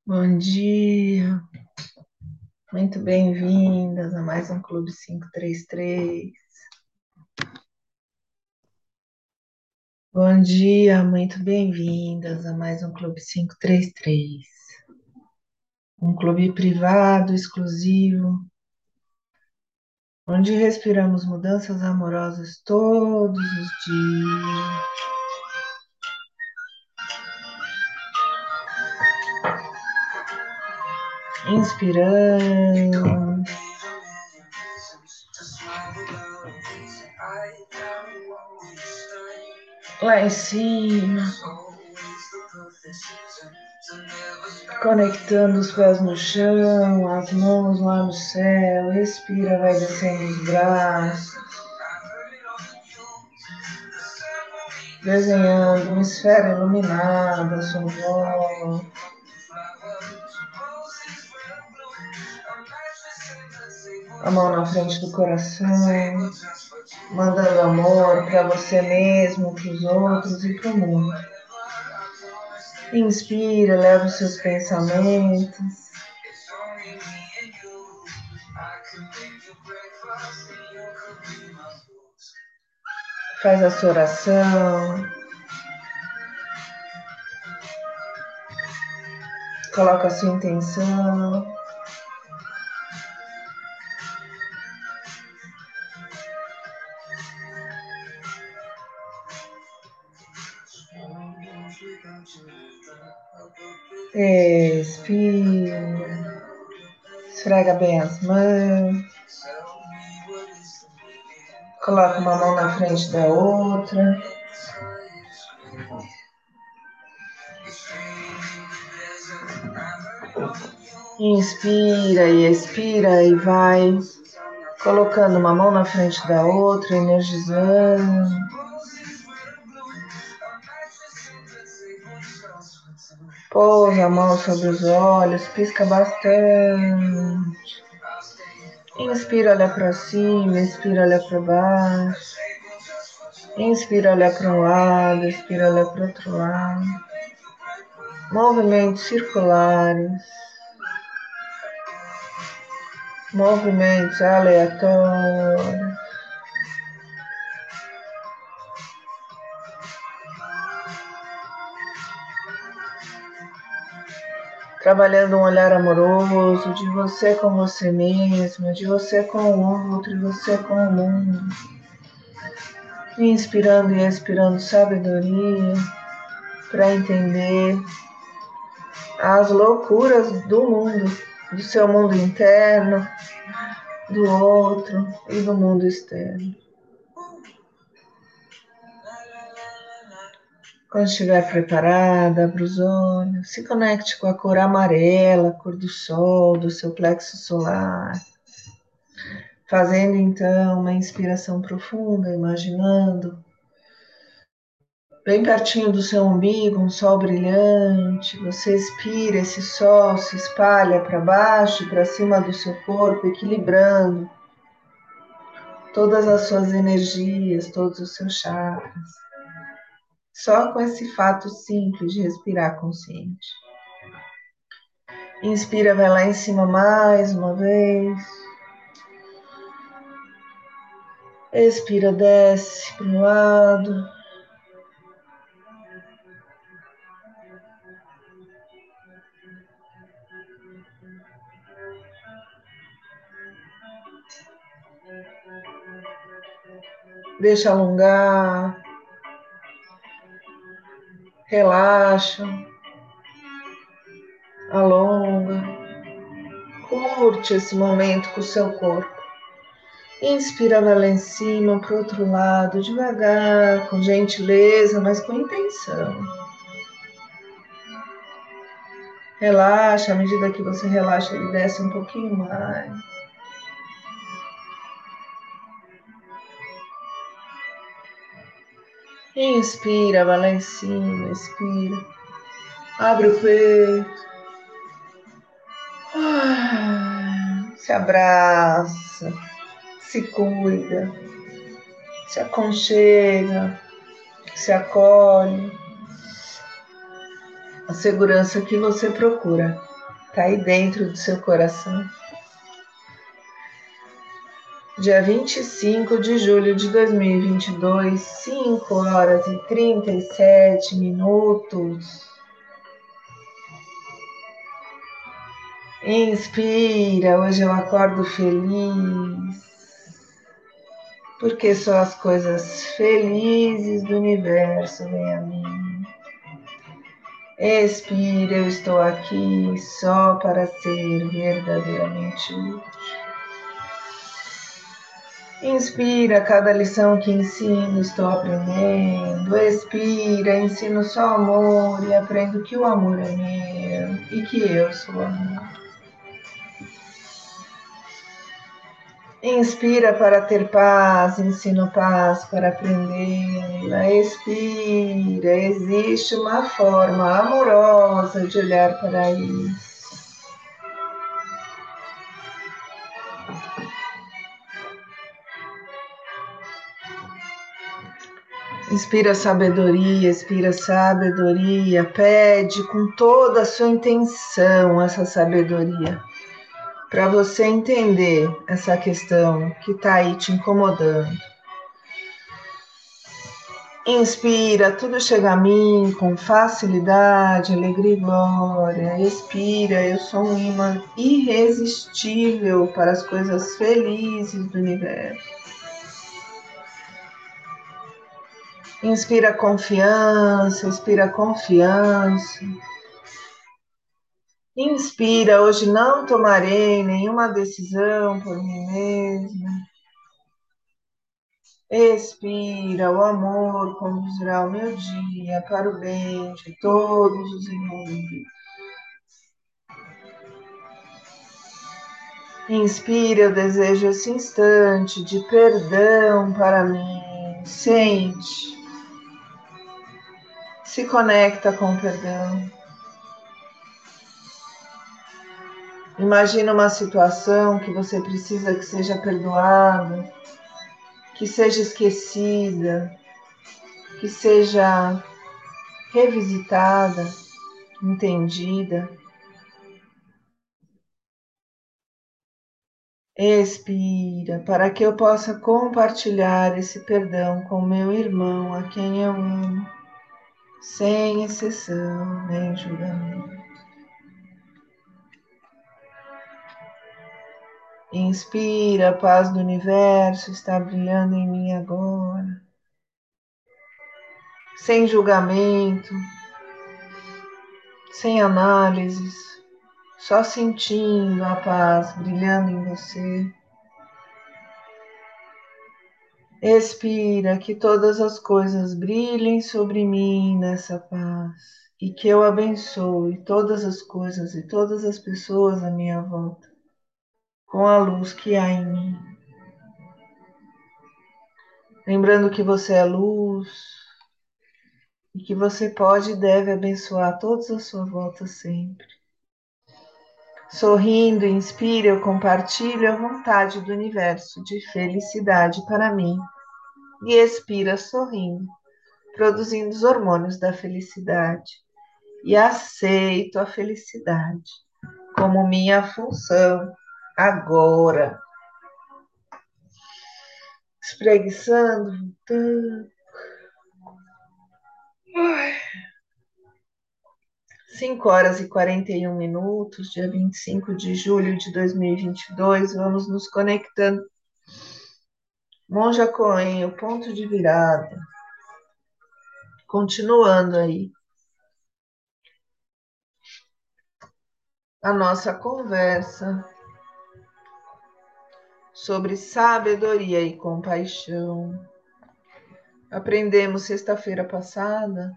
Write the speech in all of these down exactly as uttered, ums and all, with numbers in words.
Bom dia, muito bem-vindas a mais um Clube quinhentos e trinta e três. Bom dia, muito bem-vindas a mais um Clube quinhentos e trinta e três. Um clube privado, exclusivo, onde respiramos mudanças amorosas todos os dias. Inspirando. Lá em cima, conectando os pés no chão, as mãos lá no céu. Respira, vai descendo os braços, desenhando uma esfera iluminada à sua volta. A mão na frente do coração, mandando amor para você mesmo, para os outros e para o mundo. Inspira, leva os seus pensamentos. Faz a sua oração. Coloca a sua intenção. Expira. Esfrega bem as mãos. Coloca uma mão na frente da outra. Inspira e expira e vai colocando uma mão na frente da outra, energizando. Pousa a mão sobre os olhos, pisca bastante. Inspira, olha para cima, expira, olha para baixo. Inspira, olha para um lado, expira, olha para o outro lado. Movimentos circulares. Movimentos aleatórios. Trabalhando um olhar amoroso de você com você mesmo, de você com o outro, de você com o mundo. Inspirando e expirando sabedoria para entender as loucuras do mundo, do seu mundo interno, do outro e do mundo externo. Quando estiver preparada, abra os olhos, se conecte com a cor amarela, a cor do sol, do seu plexo solar. Fazendo então uma inspiração profunda, imaginando bem pertinho do seu umbigo um sol brilhante. Você expira, esse sol se espalha para baixo e para cima do seu corpo, equilibrando todas as suas energias, todos os seus chakras. Só com esse fato simples de respirar consciente. Inspira, vai lá em cima mais uma vez. Expira, desce para um lado. Deixa alongar. Relaxa. Alonga. Curte esse momento com o seu corpo. Inspira, vai lá em cima, para o outro lado, devagar, com gentileza, mas com intenção. Relaxa, à medida que você relaxa, ele desce um pouquinho mais. Inspira, vai lá em cima, expira. Abre o peito. Se abraça, se cuida, se aconchega, se acolhe. A segurança que você procura. Está aí dentro do seu coração. Dia vinte e cinco de julho de dois mil e vinte e dois, cinco horas e trinta e sete minutos. Inspira, hoje eu acordo feliz, porque só as coisas felizes do universo vêm a mim. Expira, eu estou aqui só para ser verdadeiramente útil. Inspira, cada lição que ensino estou aprendendo. Expira, ensino só amor e aprendo que o amor é meu e que eu sou amor. Inspira para ter paz, ensino paz para aprendê-la. Expira, existe uma forma amorosa de olhar para isso. Inspira sabedoria, expira sabedoria, pede com toda a sua intenção essa sabedoria, para você entender essa questão que está aí te incomodando. Inspira, tudo chega a mim com facilidade, alegria e glória. Expira, eu sou um imã irresistível para as coisas felizes do universo. Inspira confiança, expira confiança. Inspira, hoje não tomarei nenhuma decisão por mim mesma. Expira, o amor conduzirá o meu dia para o bem de todos os envolvidos. Inspira, eu desejo esse instante de perdão para mim. Sente. Se conecta com o perdão. Imagina uma situação que você precisa que seja perdoada, que seja esquecida, que seja revisitada, entendida. Expira, para que eu possa compartilhar esse perdão com meu irmão, a quem eu amo, sem exceção nem julgamento. Inspira, a paz do universo está brilhando em mim agora, sem julgamento, sem análises, só sentindo a paz brilhando em você. Expira, que todas as coisas brilhem sobre mim nessa paz e que eu abençoe todas as coisas e todas as pessoas à minha volta com a luz que há em mim. Lembrando que você é luz e que você pode e deve abençoar todos à sua volta sempre. Sorrindo, inspira, eu compartilho a vontade do universo de felicidade para mim e expira sorrindo, produzindo os hormônios da felicidade. E aceito a felicidade como minha função agora. Espreguiçando, voltando. cinco horas e quarenta e um minutos, dia vinte e cinco de julho de dois mil e vinte e dois, vamos nos conectando. Monja Coen, o ponto de virada. Continuando aí a nossa conversa sobre sabedoria e compaixão. Aprendemos sexta-feira passada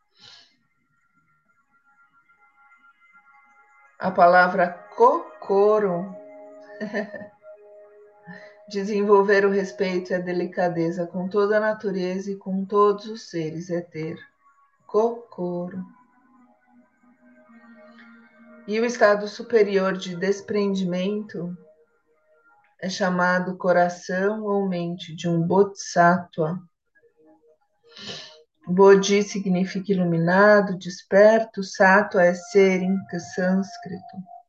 a palavra kokoro. Desenvolver o respeito e a delicadeza com toda a natureza e com todos os seres é ter kokoro. E o estado superior de desprendimento é chamado coração ou mente de um bodhisattva. Bodhi significa iluminado, desperto, sattva é ser em sânscrito.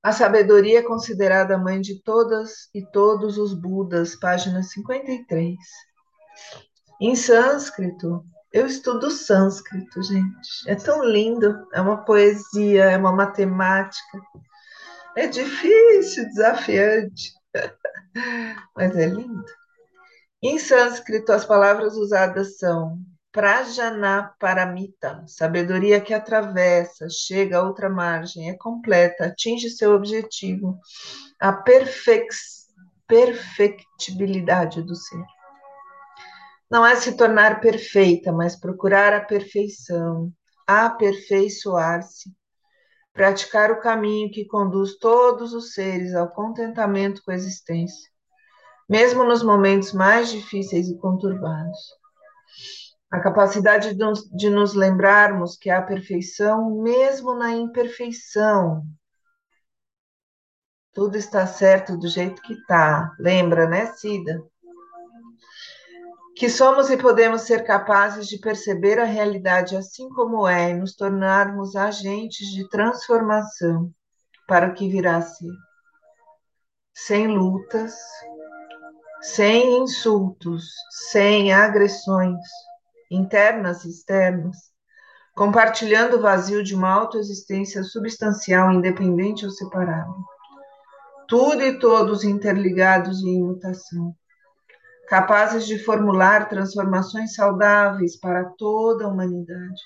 A sabedoria é considerada a mãe de todas e todos os Budas, página cinquenta e três. Em sânscrito, eu estudo sânscrito, gente. É tão lindo, é uma poesia, é uma matemática. É difícil, desafiante, mas é lindo. Em sânscrito, as palavras usadas são Prajana Paramita, sabedoria que atravessa, chega a outra margem, é completa, atinge seu objetivo, a perfex, perfectibilidade do ser. Não é se tornar perfeita, mas procurar a perfeição, aperfeiçoar-se, praticar o caminho que conduz todos os seres ao contentamento com a existência, mesmo nos momentos mais difíceis e conturbados. A capacidade de nos, de nos lembrarmos que há perfeição mesmo na imperfeição. Tudo está certo do jeito que está. Lembra, né, Cida? Que somos e podemos ser capazes de perceber a realidade assim como é e nos tornarmos agentes de transformação para o que virá a ser. Sem lutas, sem insultos, sem agressões internas e externas, compartilhando o vazio de uma autoexistência substancial, independente ou separada. Tudo e todos interligados e em mutação, capazes de formular transformações saudáveis para toda a humanidade.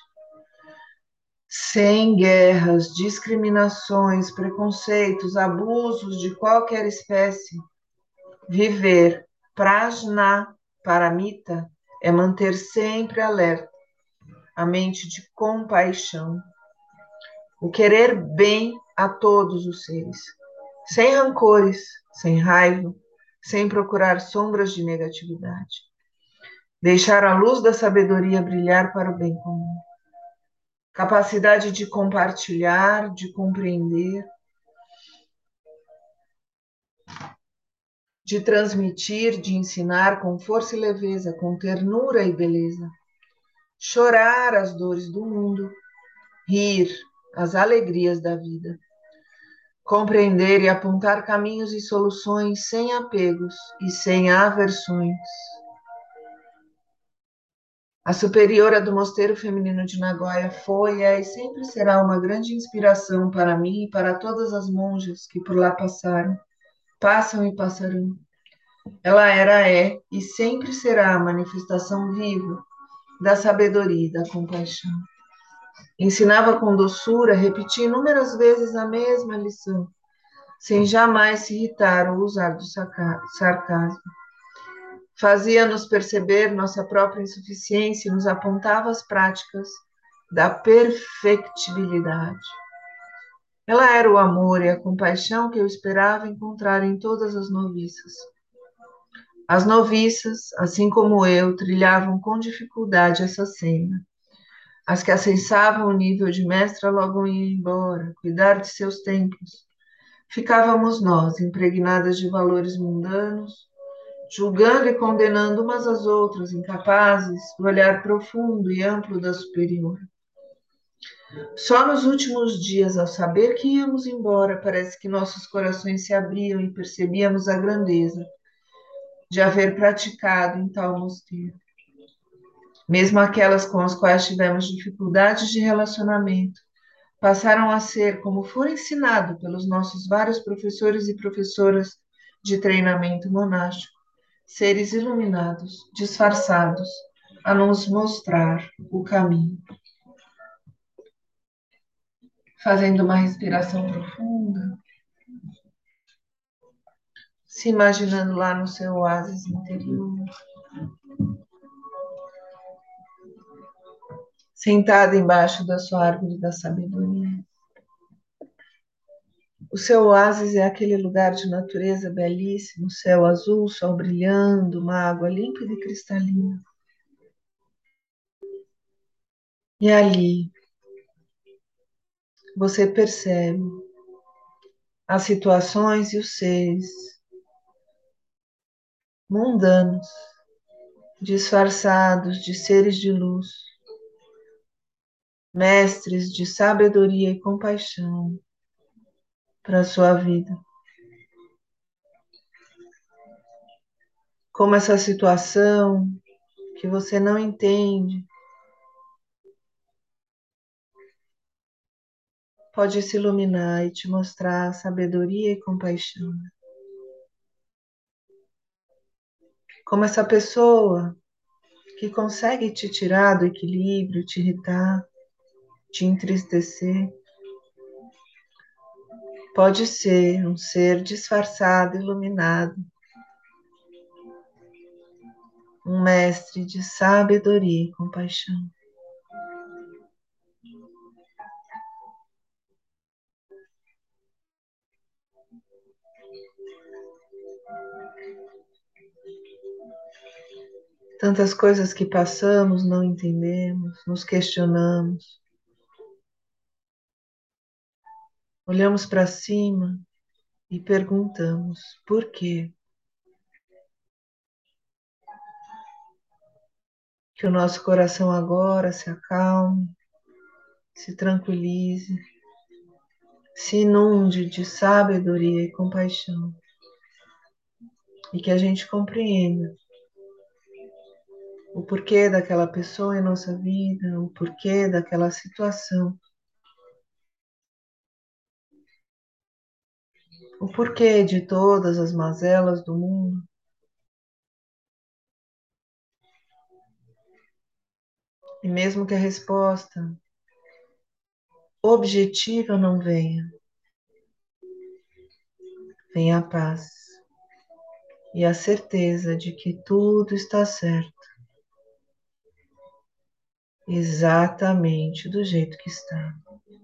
Sem guerras, discriminações, preconceitos, abusos de qualquer espécie. Viver prajna paramita é manter sempre alerta a mente de compaixão, o querer bem a todos os seres, sem rancores, sem raiva, sem procurar sombras de negatividade. Deixar a luz da sabedoria brilhar para o bem comum. Capacidade de compartilhar, de compreender, de transmitir, de ensinar com força e leveza, com ternura e beleza. Chorar as dores do mundo, rir as alegrias da vida. Compreender e apontar caminhos e soluções sem apegos e sem aversões. A superiora do Mosteiro Feminino de Nagoya foi, é e sempre será uma grande inspiração para mim e para todas as monjas que por lá passaram, passam e passarão. Ela era, é e sempre será a manifestação viva da sabedoria e da compaixão. Ensinava com doçura, repetia inúmeras vezes a mesma lição, sem jamais se irritar ou usar do sarcasmo. Fazia-nos perceber nossa própria insuficiência e nos apontava as práticas da perfectibilidade. Ela era o amor e a compaixão que eu esperava encontrar em todas as noviças. As noviças, assim como eu, trilhavam com dificuldade essa senda. As que acessavam o nível de mestra logo iam embora, cuidar de seus templos. Ficávamos nós, impregnadas de valores mundanos, julgando e condenando umas às outras, incapazes do olhar profundo e amplo da superior. Só nos últimos dias, ao saber que íamos embora, parece que nossos corações se abriam e percebíamos a grandeza de haver praticado em tal mosteiro. Mesmo aquelas com as quais tivemos dificuldades de relacionamento, passaram a ser, como for ensinado pelos nossos vários professores e professoras de treinamento monástico, seres iluminados, disfarçados, a nos mostrar o caminho. Fazendo uma respiração profunda, se imaginando lá no seu oásis interior, sentada embaixo da sua árvore da sabedoria. O seu oásis é aquele lugar de natureza belíssimo, céu azul, sol brilhando, uma água límpida e cristalina. E ali você percebe as situações e os seres mundanos, disfarçados de seres de luz, mestres de sabedoria e compaixão, para a sua vida. Como essa situação que você não entende pode se iluminar e te mostrar sabedoria e compaixão. Como essa pessoa que consegue te tirar do equilíbrio, te irritar, te entristecer, pode ser um ser disfarçado, iluminado, um mestre de sabedoria e compaixão. Tantas coisas que passamos, não entendemos, nos questionamos, olhamos para cima e perguntamos por quê? Que o nosso coração agora se acalme, se tranquilize, se inunde de sabedoria e compaixão e que a gente compreenda o porquê daquela pessoa em nossa vida, o porquê daquela situação, o porquê de todas as mazelas do mundo. E mesmo que a resposta objetiva não venha, venha a paz e a certeza de que tudo está certo, exatamente do jeito que está.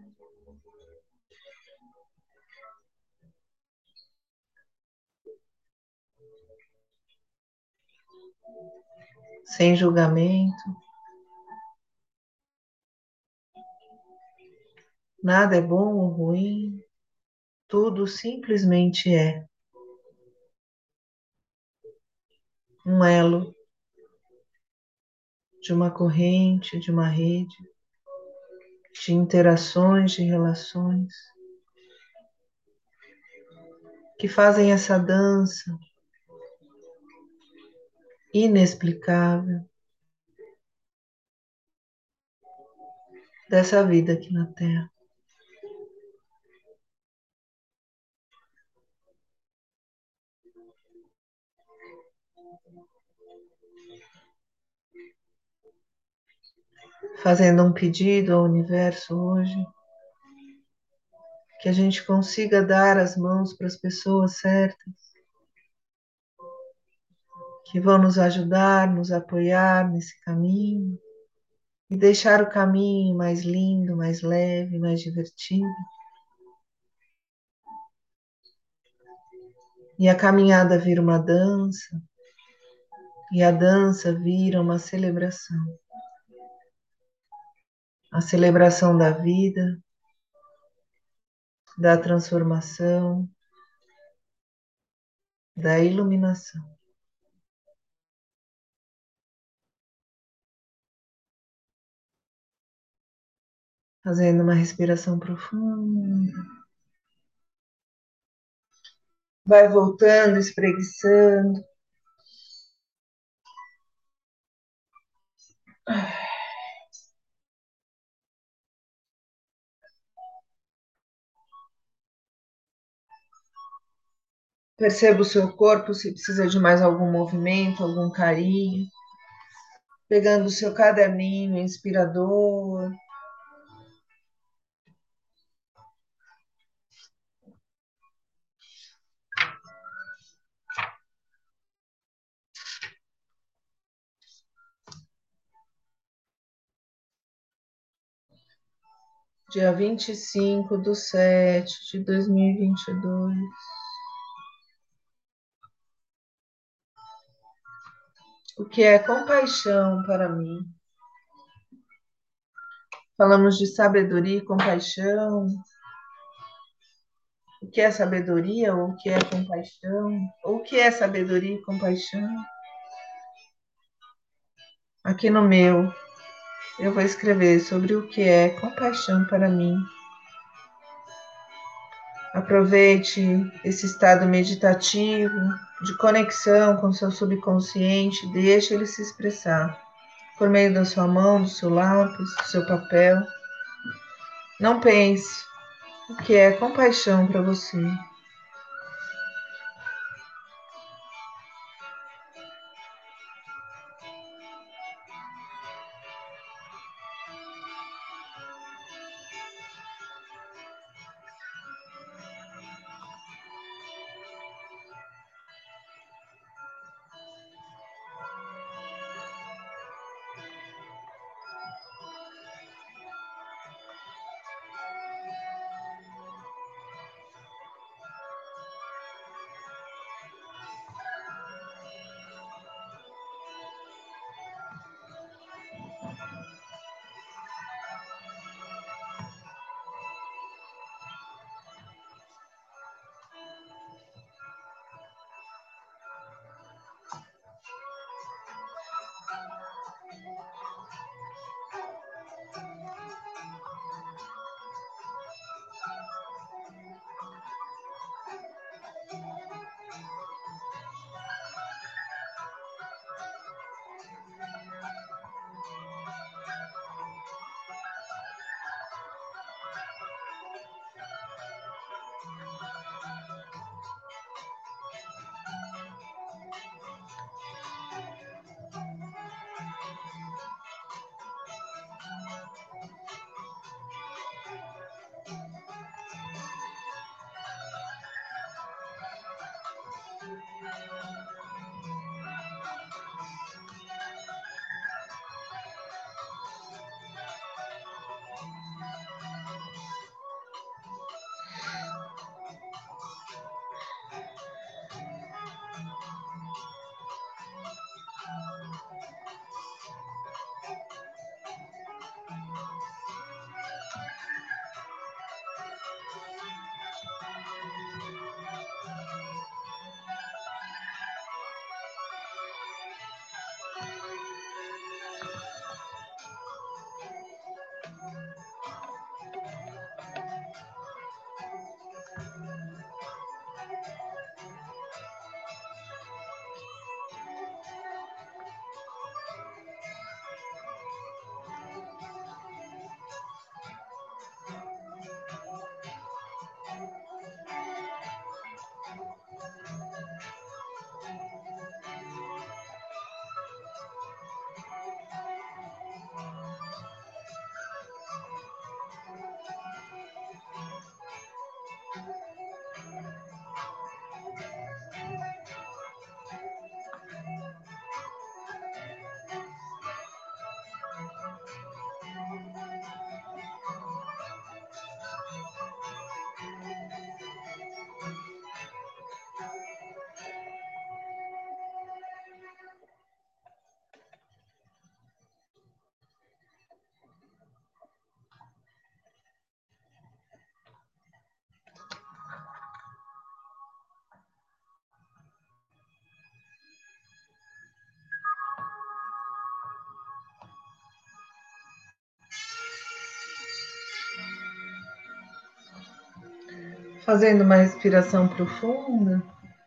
Sem julgamento, nada é bom ou ruim, tudo simplesmente é um elo de uma corrente, de uma rede, de interações, de relações que fazem essa dança inexplicável dessa vida aqui na Terra. Fazendo um pedido ao universo hoje, que a gente consiga dar as mãos para as pessoas certas, que vão nos ajudar, nos apoiar nesse caminho e deixar o caminho mais lindo, mais leve, mais divertido. E a caminhada vira uma dança, e a dança vira uma celebração. A celebração da vida, da transformação, da iluminação. Fazendo uma respiração profunda. Vai voltando, espreguiçando. Perceba o seu corpo, se precisa de mais algum movimento, algum carinho. Pegando o seu caderninho inspirador. Dia vinte e cinco de sete de dois mil e vinte e dois. O que é compaixão para mim? Falamos de sabedoria e compaixão. O que é sabedoria ou o que é compaixão? Ou o que é sabedoria e compaixão? Aqui no meu, eu vou escrever sobre o que é compaixão para mim. A Aproveite esse estado meditativo, de conexão com seu subconsciente, deixe ele se expressar por meio da sua mão, do seu lápis, do seu papel. Não pense o que é compaixão para você. Fazendo uma respiração profunda,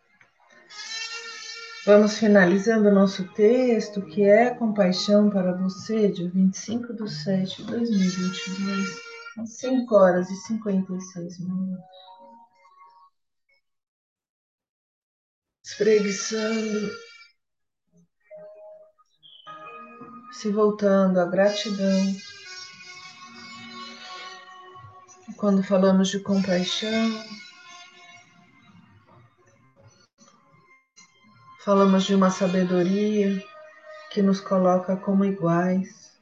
vamos finalizando o nosso texto, que é Compaixão para você, dia vinte e cinco de setembro de dois mil e vinte e dois, às cinco horas e cinquenta e seis minutos. Espreguiçando, se voltando à gratidão. Quando falamos de compaixão, falamos de uma sabedoria que nos coloca como iguais,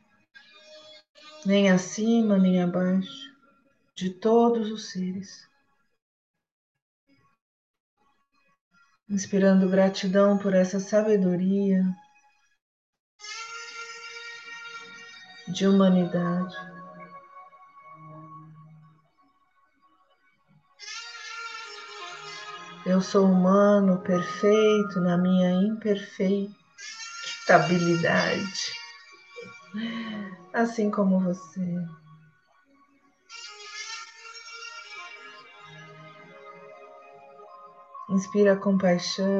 nem acima nem abaixo de todos os seres. Inspirando gratidão por essa sabedoria de humanidade. Eu sou humano, perfeito na minha imperfeitabilidade, assim como você. Inspira compaixão,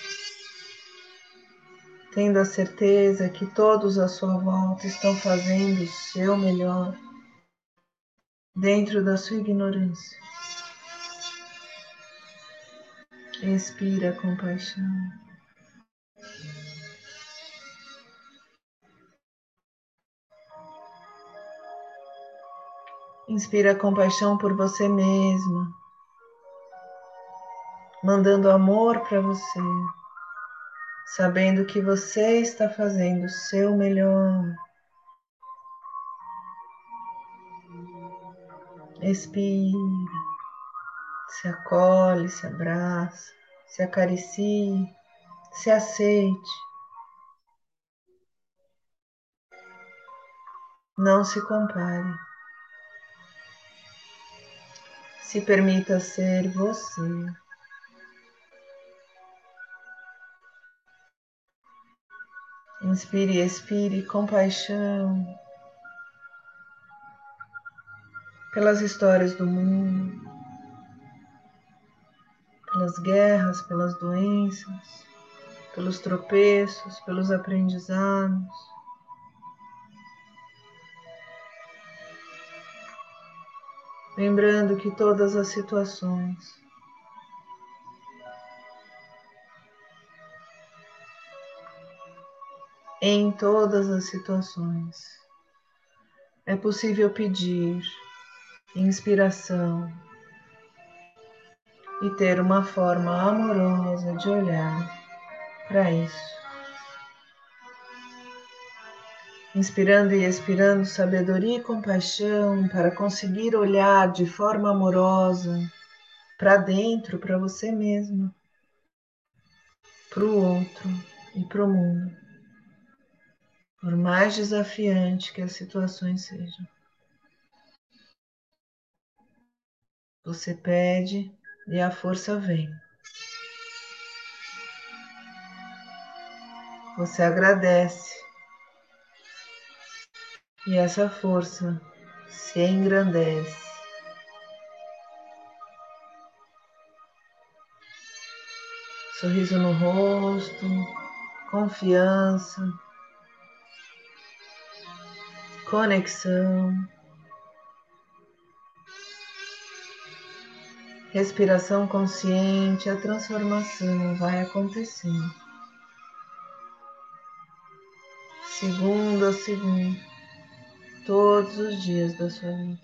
tendo a certeza que todos à sua volta estão fazendo o seu melhor dentro da sua ignorância. Expira compaixão. Inspira compaixão por você mesma, mandando amor para você, sabendo que você está fazendo o seu melhor. Expira, se acolhe, se abraça, se acaricie, se aceite. Não se compare. Se permita ser você. Inspire e expire compaixão pelas histórias do mundo, pelas guerras, pelas doenças, pelos tropeços, pelos aprendizados. Lembrando que todas as situações em todas as situações é possível pedir inspiração e ter uma forma amorosa de olhar para isso. Inspirando e expirando sabedoria e compaixão para conseguir olhar de forma amorosa para dentro, para você mesmo, para o outro e para o mundo, por mais desafiante que as situações sejam. Você pede e a força vem. Você agradece e essa força se engrandece. Sorriso no rosto, confiança, conexão, respiração consciente, a transformação vai acontecendo. Segundo a segundo, todos os dias da sua vida.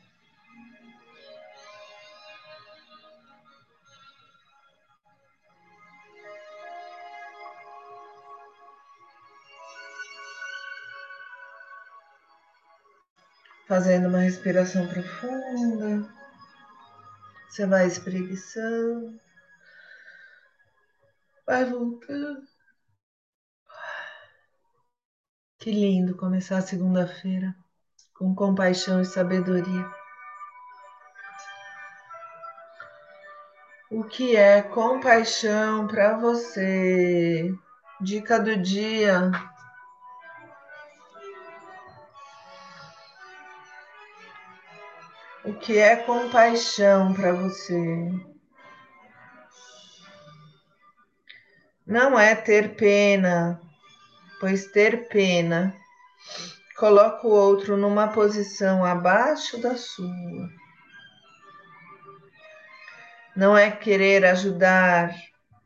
Fazendo uma respiração profunda, você vai espreguiçando, vai voltando. Que lindo começar a segunda-feira com compaixão e sabedoria. O que é compaixão para você? Dica do dia. O que é compaixão para você? Não é ter pena, pois ter pena coloca o outro numa posição abaixo da sua. Não é querer ajudar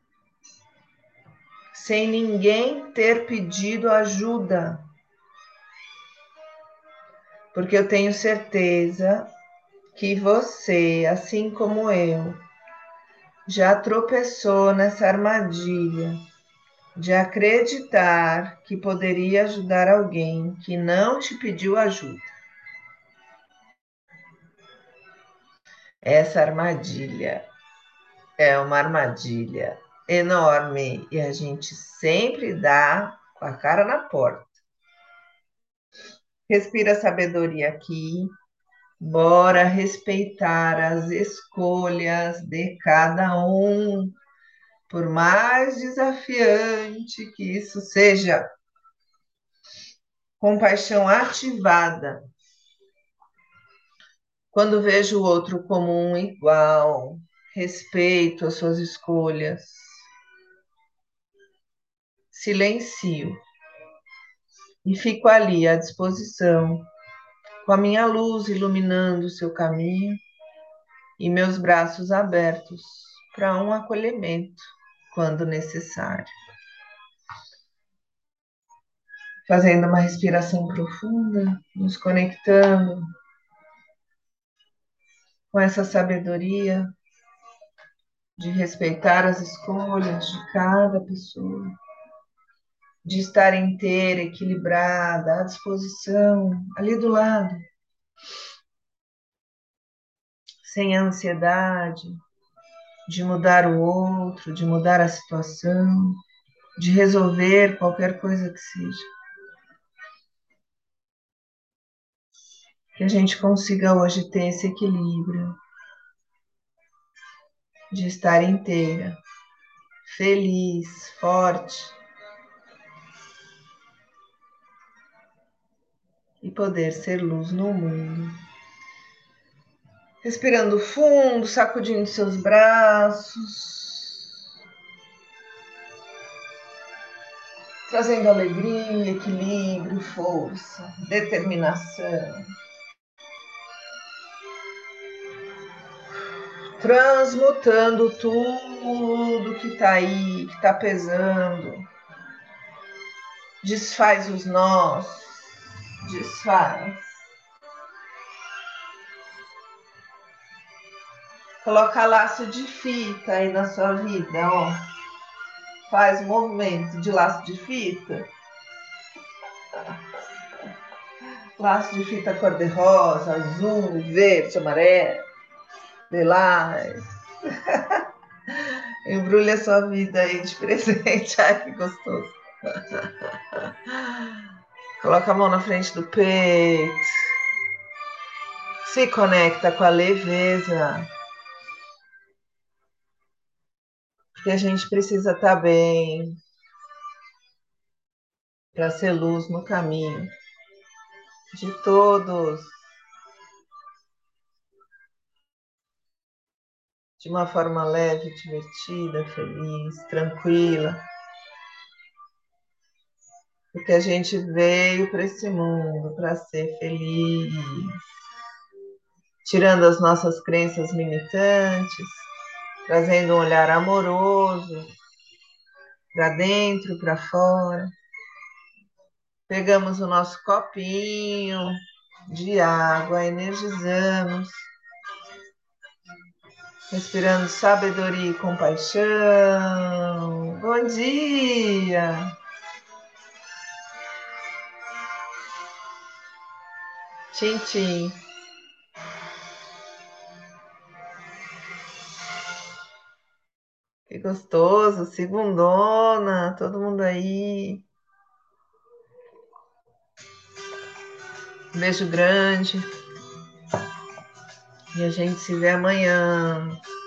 sem ninguém ter pedido ajuda. Porque eu tenho certeza que você, assim como eu, já tropeçou nessa armadilha de acreditar que poderia ajudar alguém que não te pediu ajuda. Essa armadilha é uma armadilha enorme e a gente sempre dá com a cara na porta. Respira sabedoria aqui. Bora respeitar as escolhas de cada um, por mais desafiante que isso seja. Compaixão ativada. Quando vejo o outro como um igual, respeito as suas escolhas, silencio e fico ali à disposição, com a minha luz iluminando o seu caminho e meus braços abertos para um acolhimento quando necessário. Fazendo uma respiração profunda, nos conectando com essa sabedoria de respeitar as escolhas de cada pessoa, de estar inteira, equilibrada, à disposição, ali do lado, sem ansiedade de mudar o outro, de mudar a situação, de resolver qualquer coisa que seja. Que a gente consiga hoje ter esse equilíbrio de estar inteira, feliz, forte e poder ser luz no mundo. Respirando fundo, sacudindo seus braços, trazendo alegria, equilíbrio, força, determinação. Transmutando tudo que está aí, que está pesando. Desfaz os nós, desfaz. Coloca laço de fita aí na sua vida, ó. Faz movimento de laço de fita. Laço de fita cor-de-rosa, azul, verde, amarelo, lilás. Embrulha a sua vida aí de presente. Ai, que gostoso. Coloca a mão na frente do peito. Se conecta com a leveza. Porque a gente precisa estar bem para ser luz no caminho de todos, de uma forma leve, divertida, feliz, tranquila. Porque a gente veio para esse mundo para ser feliz, tirando as nossas crenças limitantes, trazendo um olhar amoroso para dentro, para fora. Pegamos o nosso copinho de água, energizamos, respirando sabedoria e compaixão. Bom dia! Tchim, tchim. Que gostoso, segundona, todo mundo aí. Beijo grande. E a gente se vê amanhã.